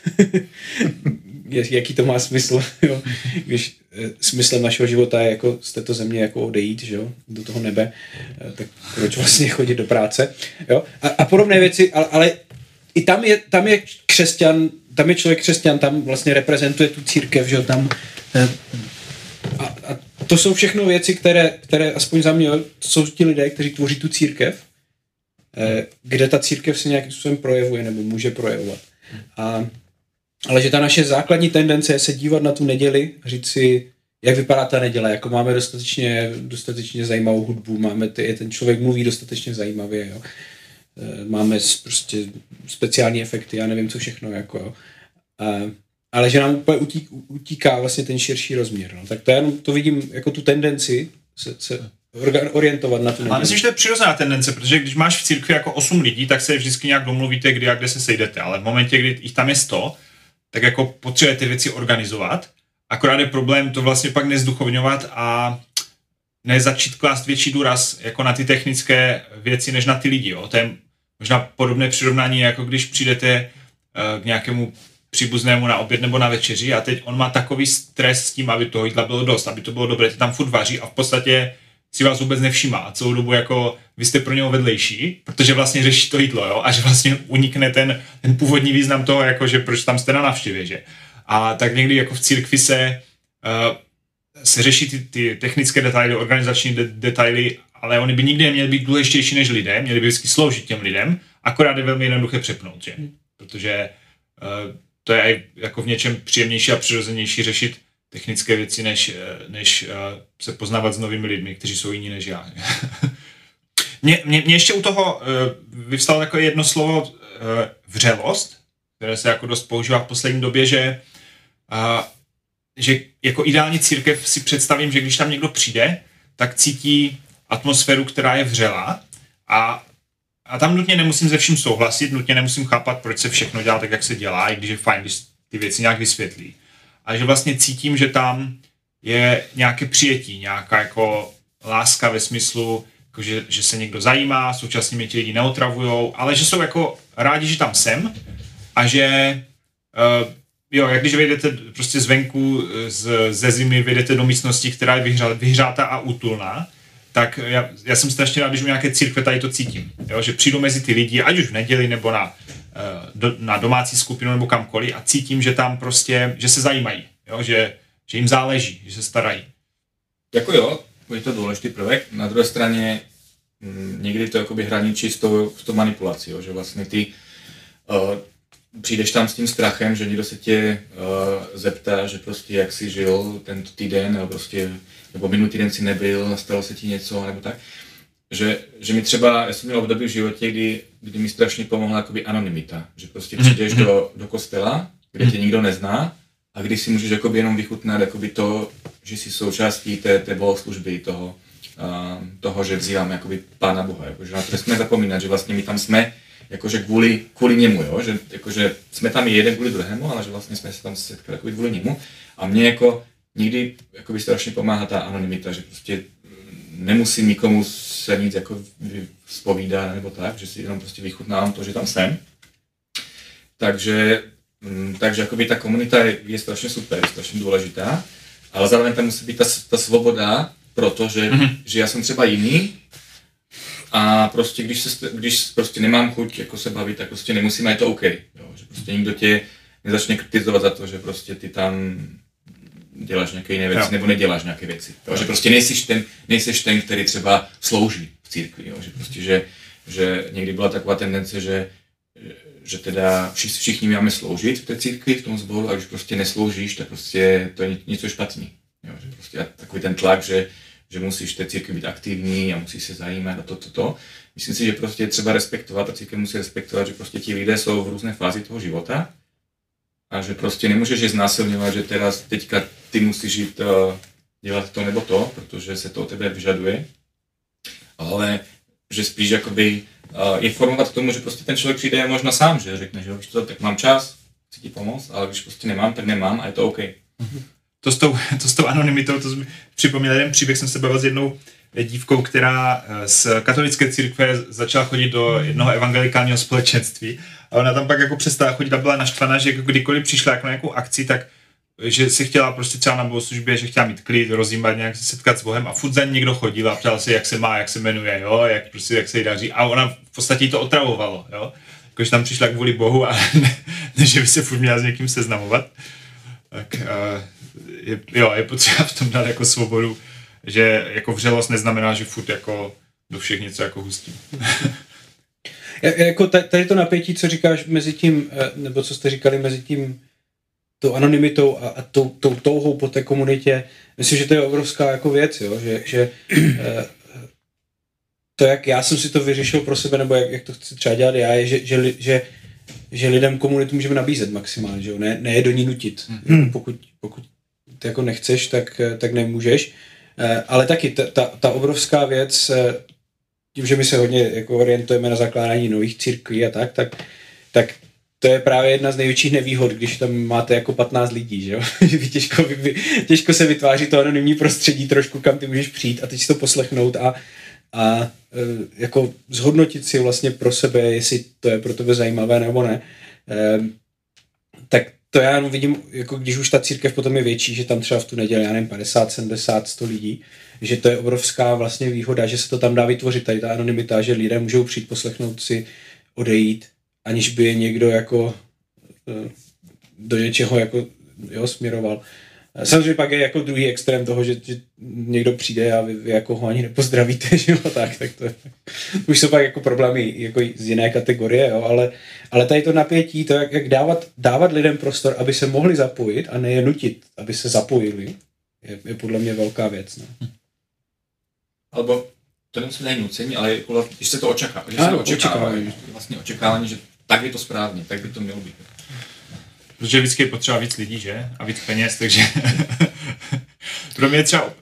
jaký to má smysl, jo? Když smyslem našeho života je jako z této země jako odejít, že jo? Do toho nebe, tak proč vlastně chodit do práce, jo? A podobné věci, ale i tam je křesťan, tam je člověk křesťan, tam vlastně reprezentuje tu církev, že jo? Tam a to jsou všechno věci, které aspoň za mě, to jsou ti lidé, kteří tvoří tu církev, kde ta církev se nějakým způsobem projevuje nebo může projevovat. Ale že ta naše základní tendence je se dívat na tu neděli a říct si, jak vypadá ta neděle, jako máme dostatečně zajímavou hudbu, máme ten člověk mluví dostatečně zajímavě, jo. Máme prostě speciální efekty, já nevím co všechno, jako jo. Ale že nám úplně utíká vlastně ten širší rozměr. No. Tak to vidím jako tu tendenci se orientovat na tu neděli. Ale myslím, že to je přirozená tendence, protože když máš v církvi jako 8 lidí, tak se vždycky nějak domluvíte, kdy a kde se sejdete, ale v momentě, kdy jich tam je 100, tak jako potřebujete ty věci organizovat, akorát je problém to vlastně pak nezduchovňovat a nezačít klást větší důraz jako na ty technické věci, než na ty lidi. Jo. To je možná podobné přirovnání, jako když přijdete k nějakému příbuznému na oběd nebo na večeři a teď on má takový stres s tím, aby toho jídla bylo dost, aby to bylo dobré, ty tam furt vaří a v podstatě si vás vůbec nevšímá a celou dobu jako vy jste pro něho vedlejší, protože vlastně řeší to jídlo, jo, a že vlastně unikne ten původní význam toho, jako že proč tam jste na návštěvě, že. A tak někdy jako v církvi se řeší ty technické detaily, organizační detaily, ale oni by nikdy neměly být důležitější než lidé, měli by vždycky sloužit těm lidem, akorát je velmi jednoduché přepnout, že. Protože to je jako v něčem příjemnější a přirozenější řešit technické věci, než se poznávat s novými lidmi, kteří jsou jiní než já. Mě ještě u toho vyvstalo takové jedno slovo vřelost, které se jako dost používá v poslední době, že jako ideální církev si představím, že když tam někdo přijde, tak cítí atmosféru, která je vřelá a tam nutně nemusím se vším souhlasit, nutně nemusím chápat, proč se všechno dělá tak, jak se dělá, i když je fajn, když ty věci nějak vysvětlí. A že vlastně cítím, že tam je nějaké přijetí, nějaká jako láska ve smyslu, jako že se někdo zajímá, současně mě ti lidi neotravujou, ale že jsou jako rádi, že tam jsem a že jak když vyjdete prostě zvenku ze zimy, vyjdete do místnosti, která je vyhřátá a útulná, tak já jsem strašně rád, když u nějaké církve tady to cítím, jo? Že přijdu mezi ty lidi, ať už v neděli nebo na domácí skupinu nebo kamkoliv a cítím, že tam prostě, že se zajímají, jo? Že jim záleží, že se starají. Jako jo, je to důležitý prvek, na druhé straně někdy to jakoby hraničí s tou manipulací, jo? Že vlastně ty přijdeš tam s tím strachem, že někdo se tě zeptá, že prostě jak jsi žil tento týden, nebo minulý týden si nebyl, stalo se ti něco, nebo tak. Že mi třeba, já jsem měl období v životě, kdy mi strašně pomohla jakoby anonymita. Že prostě přijdeš do kostela, kde tě nikdo nezná a kdy si můžeš jakoby jenom vychutnat jakoby to, že jsi součástí té bohoslužby, toho, že vzýváme jakoby Pána Boha. Jakože na to nesmíme zapomínat, že vlastně my tam jsme jakože kvůli němu, jo? Že jakože jsme tam jeden kvůli druhému, ale že vlastně jsme se tam setkali kvůli němu. A mě jako někdy jakoby strašně pomáhá ta anonymita, že prostě nemusím nikomu se nic jako zpovídat nebo tak, že si jenom prostě vychutnávám to, že tam jsem. Takže jakoby ta komunita je strašně super, je strašně důležitá, ale zároveň tam musí být ta svoboda, protože že já jsem třeba jiný, a prostě když prostě nemám chuť jako se bavit, tak prostě nemusím, a je to OK. Jo? Že prostě nikdo tě nezačne kritizovat za to, že prostě ty tam děláš nějaké jiné věci, nebo neděláš nějaké věci. Jo? Že prostě nejseš ten, který třeba slouží v církvi. Jo? Že prostě, že někdy byla taková tendence, že teda všichni máme sloužit v té církvi, v tom sboru, a když prostě nesloužíš, tak prostě to je něco špatný. Jo? Že prostě takový ten tlak, že musíš v té církvi být aktivní a musíš se zajímat a to. Myslím si, že prostě je třeba respektovat, a církev musí respektovat, že prostě ti lidé jsou v různé fázi toho života a že prostě nemůžeš je znásilňovat, že teďka ty musíš jít dělat to nebo to, protože se to od tebe vyžaduje, ale že spíš jakoby informovat k tomu, že prostě ten člověk přijde možná sám, že řekne, že víš to, tak mám čas, chci ti pomoct, ale když prostě nemám, tak nemám a je to OK. To s tou anonymitou, to připomněl jeden příběh, jsem se bavil s jednou dívkou, která z katolické církve začala chodit do jednoho evangelikálního společenství a ona tam pak jako přestala chodit a byla naštvaná, že kdykoliv přišla jako na nějakou akci, tak že se chtěla prostě třeba na bohoslužbě, že chtěla mít klid, rozjímat, nějak se setkat s Bohem a furt za ní někdo chodil a ptal se, jak se má, jak se jmenuje, jo, jak se jí daří a ona v podstatě jí to otravovalo, jo, jakože tam přišla kvůli Bohu a ne, že by se furt měla s někým seznamovat, tak je potřeba v tom dát jako svobodu, že jako vřelost neznamená, že furt jako do všech něco jako hustí. Jako tady to napětí, co říkáš mezi tím, nebo co jste říkali mezi tím tou anonymitou a tou touhou po té komunitě, myslím, že to je obrovská jako věc, jo? Že to, jak já jsem si to vyřešil pro sebe, nebo jak to chci třeba dělat já, je, že lidem komunitu můžeme nabízet maximálně, že jo? Ne je do ní nutit. Pokud ty jako nechceš, tak nemůžeš. Ale taky ta obrovská věc, tím, že my se hodně jako orientujeme na zakládání nových církví a tak to je právě jedna z největších nevýhod, když tam máte jako 15 lidí, že jo? Těžko se vytváří to anonymní prostředí trošku, kam ty můžeš přijít a teď si to poslechnout a jako zhodnotit si vlastně pro sebe, jestli to je pro tebe zajímavé nebo ne. Tak to já vidím, jako když už ta církev potom je větší, že tam třeba v tu neděli, já nevím, 50, 70, 100 lidí, že to je obrovská vlastně výhoda, že se to tam dá vytvořit, tady ta anonymita, že lidé můžou přijít, poslechnout si, odejít, aniž by je někdo jako do něčeho jako směroval. Samozřejmě pak je jako druhý extrém toho, že někdo přijde a vy jako ho ani nepozdravíte, že jo, tak to už jsou pak jako problémy jako z jiné kategorie, jo, ale tady to napětí, to jak dávat lidem prostor, aby se mohli zapojit a ne je nutit, aby se zapojili, je podle mě velká věc. No. Alebo to nemusí být nucení, ale když se to očekávání, že tak je to správně, tak by to mělo být. Protože vždycky je potřeba víc lidí, že? A víc peněz, takže pro mě třeba,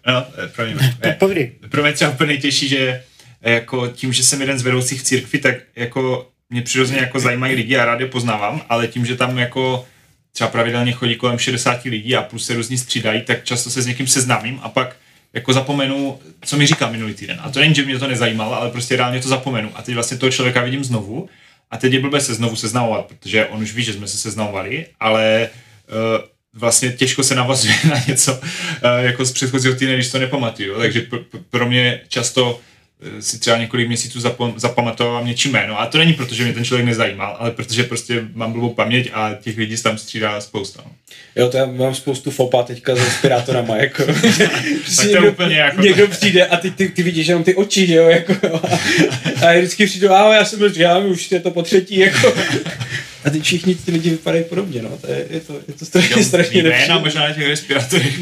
pro mě třeba úplně nejtěžší, že jako tím, že jsem jeden z vedoucích církví, tak jako mě přirozeně jako zajímají lidi a rád je poznávám, ale tím, že tam jako třeba pravidelně chodí kolem 60 lidí a plus se různí střídají, tak často se s někým seznámím a pak jako zapomenu, co mi říkal minulý týden. A to není, že mě to nezajímalo, ale prostě reálně to zapomenu. A teď vlastně toho člověka vidím znovu a teď je blbé se znovu seznamovat, protože on už ví, že jsme se seznamovali, ale vlastně těžko se navazuje na něco jako z předchozího týdne, když to nepamatuju. Takže pro mě často si třeba několik měsíců zapamatovávám něčí jméno. A to není proto, že mě ten člověk nezajímal, ale protože prostě mám blbou paměť a těch lidí tam střídá spousta. Jo, to já mám spoustu fopa teďka s respirátorama, jako. Tak to úplně jako... Někdo přijde a ty vidíš jenom ty oči, že jo, jako. A vždycky přijdu, já jsem byl, už je to po třetí, jako. A ty všichni ty lidi vypadají podobně, no. Je to strašně jména možná na těch respirátorech.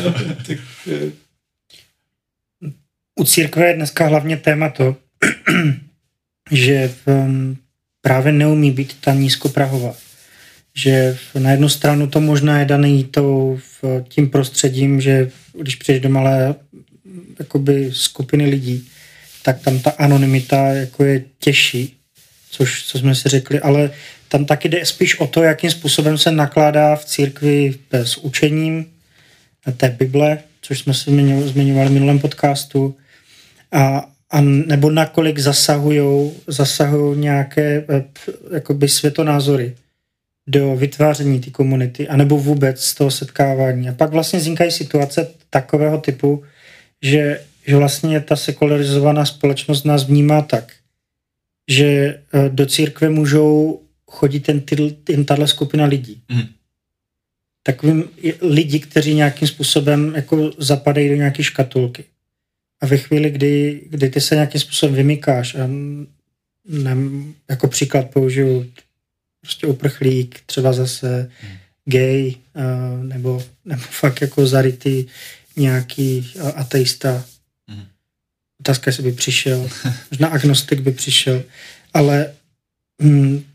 U církve je dneska hlavně téma to, že právě neumí být ta nízkoprahová. Že na jednu stranu to možná je daný tím prostředím, že když přijdeš do malé jakoby skupiny lidí, tak tam ta anonymita jako je těžší, co jsme si řekli, ale tam taky jde spíš o to, jakým způsobem se nakládá v církvi s učením té Bible, což jsme si zmiňovali v minulém podcastu, a nebo nakolik zasahují nějaké jakoby světonázory do vytváření té komunity, anebo vůbec z toho setkávání. A pak vlastně vznikají situace takového typu, že vlastně ta sekularizovaná společnost nás vnímá tak, že do církve můžou chodit jen tahle skupina lidí. Takovým lidi, kteří nějakým způsobem jako zapadají do nějaké škatulky. A ve chvíli, kdy ty se nějakým způsobem vymykáš a jako příklad použiju prostě uprchlík, třeba zase gay, nebo fakt jako zarytý nějaký ateista. Otázka, jestli by přišel, možná agnostik by přišel, ale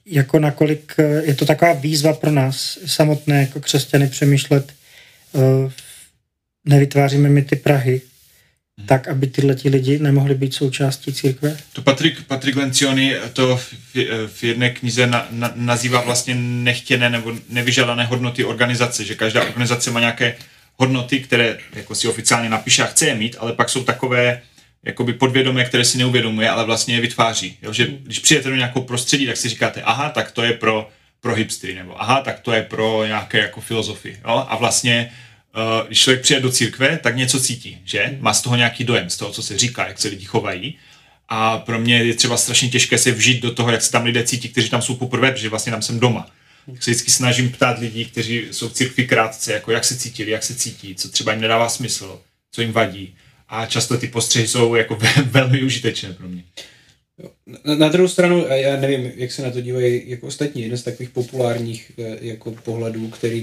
jako nakolik je to taková výzva pro nás samotné jako křesťany přemýšlet, nevytváříme my ty prahy, tak, aby tyhleti lidi nemohli být součástí církve? To Patrik Lencioni to v jedné knize nazývá vlastně nechtěné nebo nevyžádané hodnoty organizace, že každá organizace má nějaké hodnoty, které jako si oficiálně napíše a chce je mít, ale pak jsou takové jakoby podvědomé, které si neuvědomuje, ale vlastně je vytváří. Jo? Že když přijete do nějakého prostředí, tak si říkáte, aha, tak to je pro hipstery, nebo aha, tak to je pro nějaké jako filozofii. Jo? A vlastně když člověk přijde do církve, tak něco cítí, že? Má z toho nějaký dojem, z toho, co se říká, jak se lidi chovají. A pro mě je třeba strašně těžké se vžít do toho, jak se tam lidé cítí, kteří tam jsou poprvé, protože vlastně tam jsem doma. Tak se vždycky snažím ptát lidí, kteří jsou v církvi krátce, jako jak se cítili, jak se cítí, co třeba jim nedává smysl, co jim vadí. A často ty postřehy jsou jako velmi užitečné pro mě. Na druhou stranu, já nevím, jak se na to dívají jako ostatní, jeden z takových populárních jako pohledů, který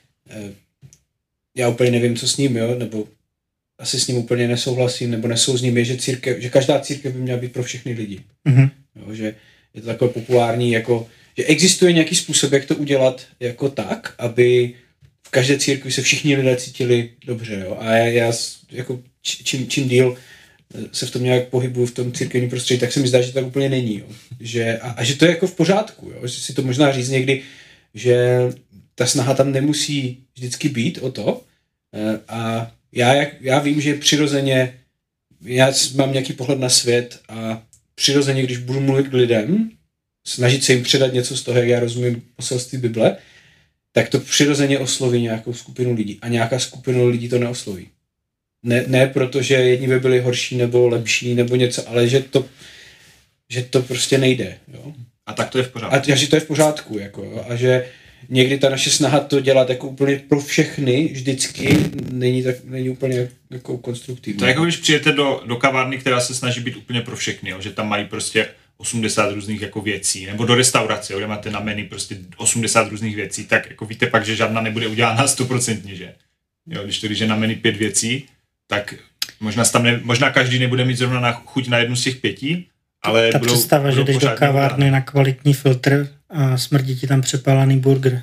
já úplně nevím, co s ním, jo, nebo asi s ním úplně nesouhlasím, nebo nesouzním, je, že každá církev by měla být pro všechny lidi. Mm-hmm. Jo, že je to takové populární, jako, že existuje nějaký způsob, jak to udělat jako tak, aby v každé církvi se všichni lidé cítili dobře. Jo. A já jako čím díl se v tom nějak pohybuju v tom církevním prostředí, tak se mi zdá, že to tak úplně není. Jo. Že, a že to je jako v pořádku. Jo. Že si to možná říct někdy, že ta snaha tam nemusí vždycky být o to. A já vím, že přirozeně, já mám nějaký pohled na svět a přirozeně, když budu mluvit k lidem, snažit se jim předat něco z toho, jak já rozumím poselství Bible, tak to přirozeně osloví nějakou skupinu lidí. A nějaká skupina lidí to neosloví. Ne protože jedni by byli horší nebo lepší nebo něco, ale že to prostě nejde. Jo? A tak to je v pořádku. A že to je v pořádku. Jako, jo? A že někdy ta naše snaha to dělat jako úplně pro všechny vždycky není úplně jako konstruktivní. To je jako když přijete do kavárny, která se snaží být úplně pro všechny, jo? Že tam mají prostě 80 různých jako věcí, nebo do restaurace, jo? Kde máte na menu prostě 80 různých věcí, tak jako víte pak, že žádná nebude udělána 100%, že? Jo? Když je na menu 5 věcí, tak možná každý nebude mít zrovna chuť na jednu z těch 5, ale ta představa, že jdeš do kavárny na kvalitní filtr a smrdí ti tam přepálený burger.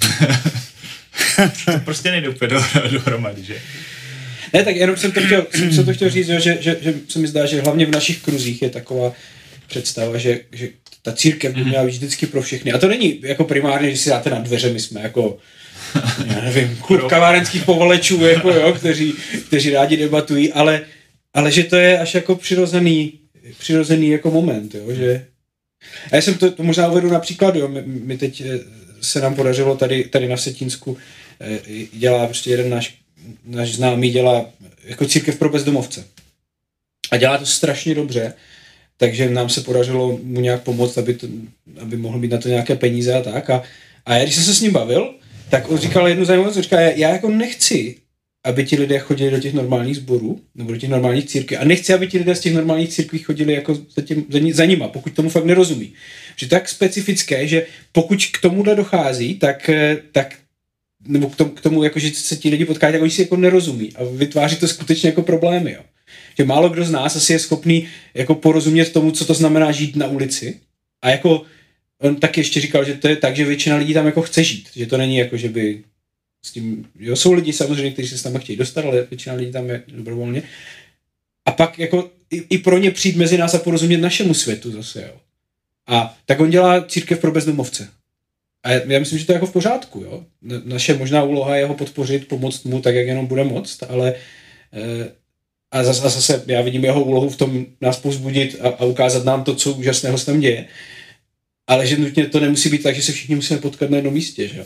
To prostě nejde úplně dohromady, že? Ne, tak jenom jsem to chtěl říct, že se mi zdá, že hlavně v našich kruzích je taková představa, že ta církev by měla být vždycky pro všechny. A to není jako primárně, že si dáte na dveře, my jsme jako já nevím, klub kavárenských povolečů, jako jo, kteří rádi debatují, ale že to je až jako přirozený jako moment, jo, že a já jsem to možná uvedu na příkladu, jo, my teď se nám podařilo tady na Vsetínsku dělá prostě jeden náš známý dělá jako církev pro bezdomovce a dělá to strašně dobře, takže nám se podařilo mu nějak pomoct, aby mohl mít na to nějaké peníze a tak a já když jsem se s ním bavil, tak on říkal jednu zajímavou věc, já jako nechci, aby ti lidé chodili do těch normálních sborů, nebo do těch normálních církví, a nechci, aby ti lidé z těch normálních církví chodili jako za nima, pokud tomu fakt nerozumí. Že tak specifické, že pokud k tomuhle dochází, tak nebo k tomu jako, že se ti lidi potkají, tak oni si jako nerozumí a vytváří to skutečně jako problémy. Jo. Že málo kdo z nás asi je schopný jako porozumět tomu, co to znamená žít na ulici. A jako on taky ještě říkal, že to je tak, že většina lidí tam jako chce žít, že to není jako, že by s tím, jo, jsou lidi samozřejmě, kteří se tam chtějí dostat, ale většina lidí tam je dobrovolně. A pak jako i pro ně přijít mezi nás a porozumět našemu světu zase, jo. A tak on dělá církev pro bezdomovce. A já myslím, že to je jako v pořádku, jo. Naše možná úloha je ho podpořit, pomoct mu tak, jak jenom bude moct, ale a zase já vidím jeho úlohu v tom nás povzbudit a ukázat nám to, co úžasného se tam děje. Ale že nutně to nemusí být tak, že se všichni musíme potkat na jednom místě, že jo.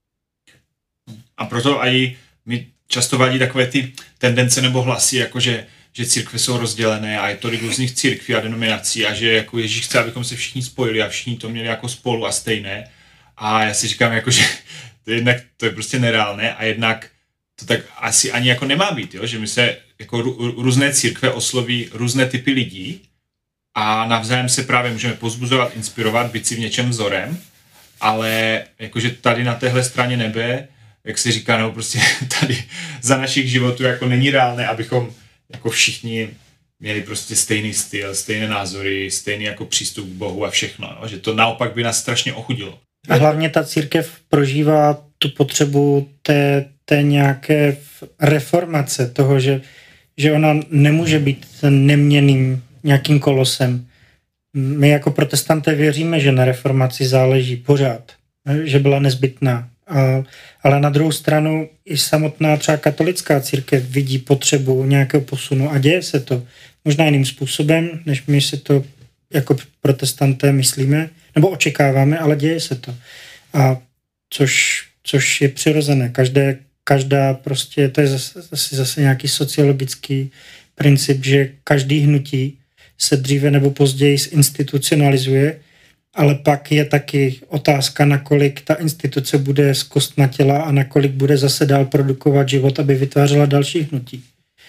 A proto i mi často vadí takové ty tendence nebo hlasy, jako že církve jsou rozdělené a je tolik různých církví a denominací a že jako Ježíš chce, abychom se všichni spojili a všichni to měli jako spolu a stejné. A já si říkám, jako, že to je prostě nereálné a jednak to tak asi ani jako nemá být, jo? Že my se jako různé církve osloví různé typy lidí a navzájem se právě můžeme pozbuzovat, inspirovat, být si v něčem vzorem, ale jakože tady na téhle straně nebe, jak se říká, no prostě tady za našich životů jako není reálné, abychom jako všichni měli prostě stejný styl, stejné názory, stejný jako přístup k Bohu a všechno, no? Že to naopak by nás strašně ochudilo. A hlavně ta církev prožívá tu potřebu té nějaké reformace, toho, že ona nemůže být neměnným nějakým kolosem. My jako protestanté věříme, že na reformaci záleží pořád, že byla nezbytná. Ale na druhou stranu i samotná třeba katolická církev vidí potřebu nějakého posunu a děje se to možná jiným způsobem, než my si to jako protestanté myslíme, nebo očekáváme, ale děje se to. A což je přirozené. Každá prostě, to je zase nějaký sociologický princip, že každý hnutí se dříve nebo později zinstitucionalizuje, ale pak je taky otázka, nakolik ta instituce bude zkostnatěla a nakolik bude zase dál produkovat život, aby vytvářela další hnutí.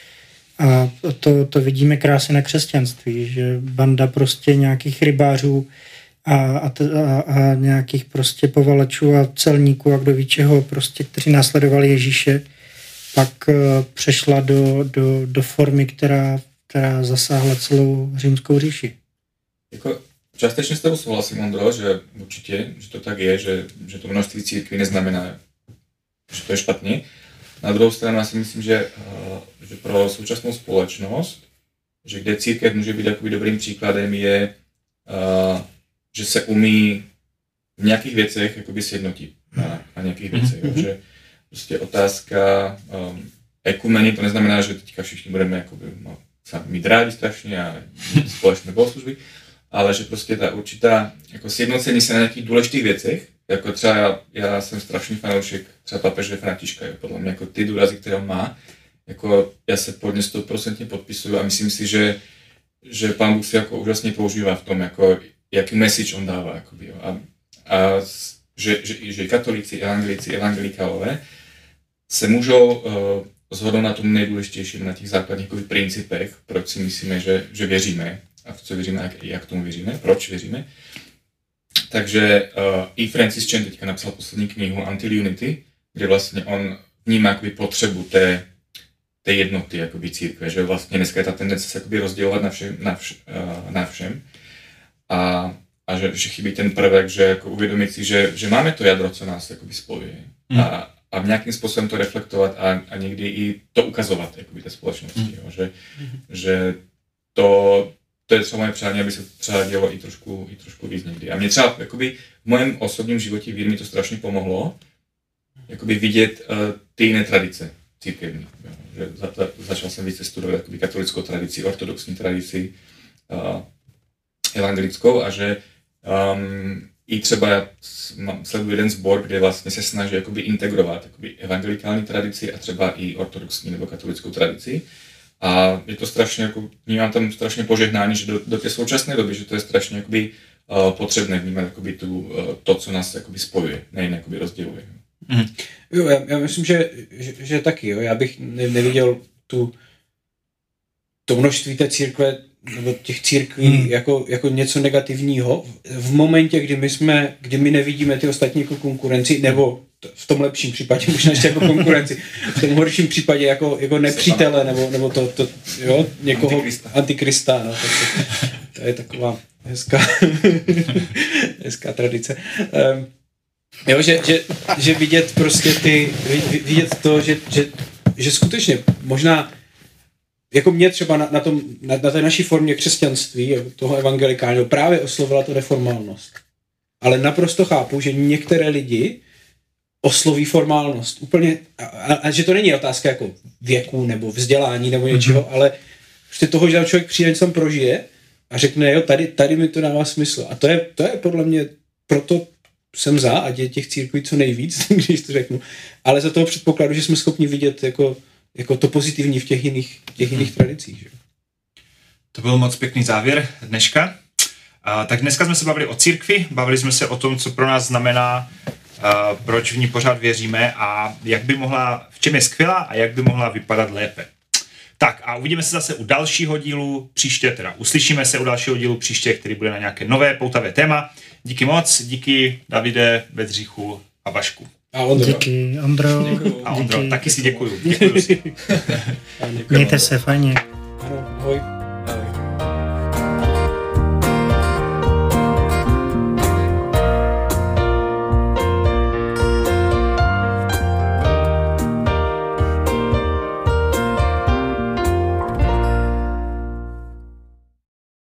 A to vidíme krásně na křesťanství, že banda prostě nějakých rybářů a nějakých prostě povalačů a celníků a kdo ví čeho, prostě, kteří následovali Ježíše, pak přešla do formy, která zasáhla celou římskou říši. Jako částečně s tebou souhlasím, Ondro, že určitě, že to tak je, že to množství církví neznamená, že to je špatně. Na druhou stranu já si myslím, že pro současnou společnost, že kde církev může být jakoby dobrým příkladem je, že se umí v nějakých věcech jakoby sjednotit na nějakých věcech. Že prostě otázka ekumeny, to neznamená, že teďka všichni budeme jakoby, mít rádi strašně a společné bohoslužby, ale že prostě ta určitá jako sjednocení se na nějakých důležitých věcech, jako třeba já jsem strašný fanoušek třeba papeže Františka, jo, podle mě jako ty důrazy, které on má, jako já se pod ně 100% podpisuju a myslím si, že Pán Bůh si jako úžasně používá v tom, jako jaký message on dává, jakoby, jo, a že katolíci, evangelici, evangelikálové se můžou shodnout na tom nejdůležitějším, na těch základních principech, proč si myslíme, že věříme a v co věříme a jak tomu věříme, proč věříme. Takže i Francis Chan teďka napsal poslední knihu Until Unity, kde vlastně on vnímá jakoby potřebu té jednoty jakoby církve, že vlastně dneska je ta tendence se jakoby rozdělovat na všem a že chybí ten prvek, že jako uvědomit si, že máme to jadro, co nás jakoby spojuje a nějakým způsobem to reflektovat a někdy i to ukazovat jakoby té společnosti, jo, že to je třeba moje přání, aby se třeba dělo i trošku víc někdy. A mě třeba jakoby v mém osobním životě víry mi to strašně pomohlo jakoby vidět ty jiné tradice církevní. Jo. Že začal jsem více studovat jakoby katolickou tradici, ortodoxní tradici, evangelickou a že i třeba já sleduji jeden sbor, kde vlastně se snaží jakoby integrovat jakoby evangelikální tradici a třeba i ortodoxní nebo katolickou tradici. A je to strašně, jako, vnímám tam strašně požehnání, že do té současné doby, že to je strašně jakoby, potřebné vnímat jakoby, to, co nás jakoby, spojuje, nejen jakoby, rozděluje. Jo, já myslím, že taky, jo. Já bych neviděl to množství té církve nebo těch církví jako něco negativního v momentě, kdy my nevidíme ty ostatní jako konkurenci, nebo v tom lepším případě možná ještě jako konkurenci, v tom horším případě jako nepřítele, nebo to jo, někoho antikrista, no, to je taková hezká tradice. Jo, že vidět prostě vidět to, že skutečně možná jako mě třeba na té naší formě křesťanství, toho evangelikálního, právě oslovila to neformálnost. Ale naprosto chápu, že některé lidi osloví formálnost. Úplně, a že to není otázka jako věku nebo vzdělání nebo něčeho, ale prostě toho, že tam člověk přijde, něco prožije a řekne, jo, tady mi to dává smysl. A to je podle mě, proto jsem za, a těch církví co nejvíc, když to řeknu. Ale za toho předpokladu, že jsme schopni vidět jako to pozitivní v těch jiných tradicích. Že? To byl moc pěkný závěr dneška. Tak dneska jsme se bavili o církvi, bavili jsme se o tom, co pro nás znamená, proč v ní pořád věříme a v čem je skvělá a jak by mohla vypadat lépe. Tak a uvidíme se zase u dalšího dílu příště, teda uslyšíme se u dalšího dílu příště, který bude na nějaké nové poutavé téma. Díky moc, díky Davide, Bedřichu a Vašku. A Ondro. Díky, Ondro. A Ondro, taky si děkuju. Děkuju si. Mějte se, fajně. Ano, ahoj.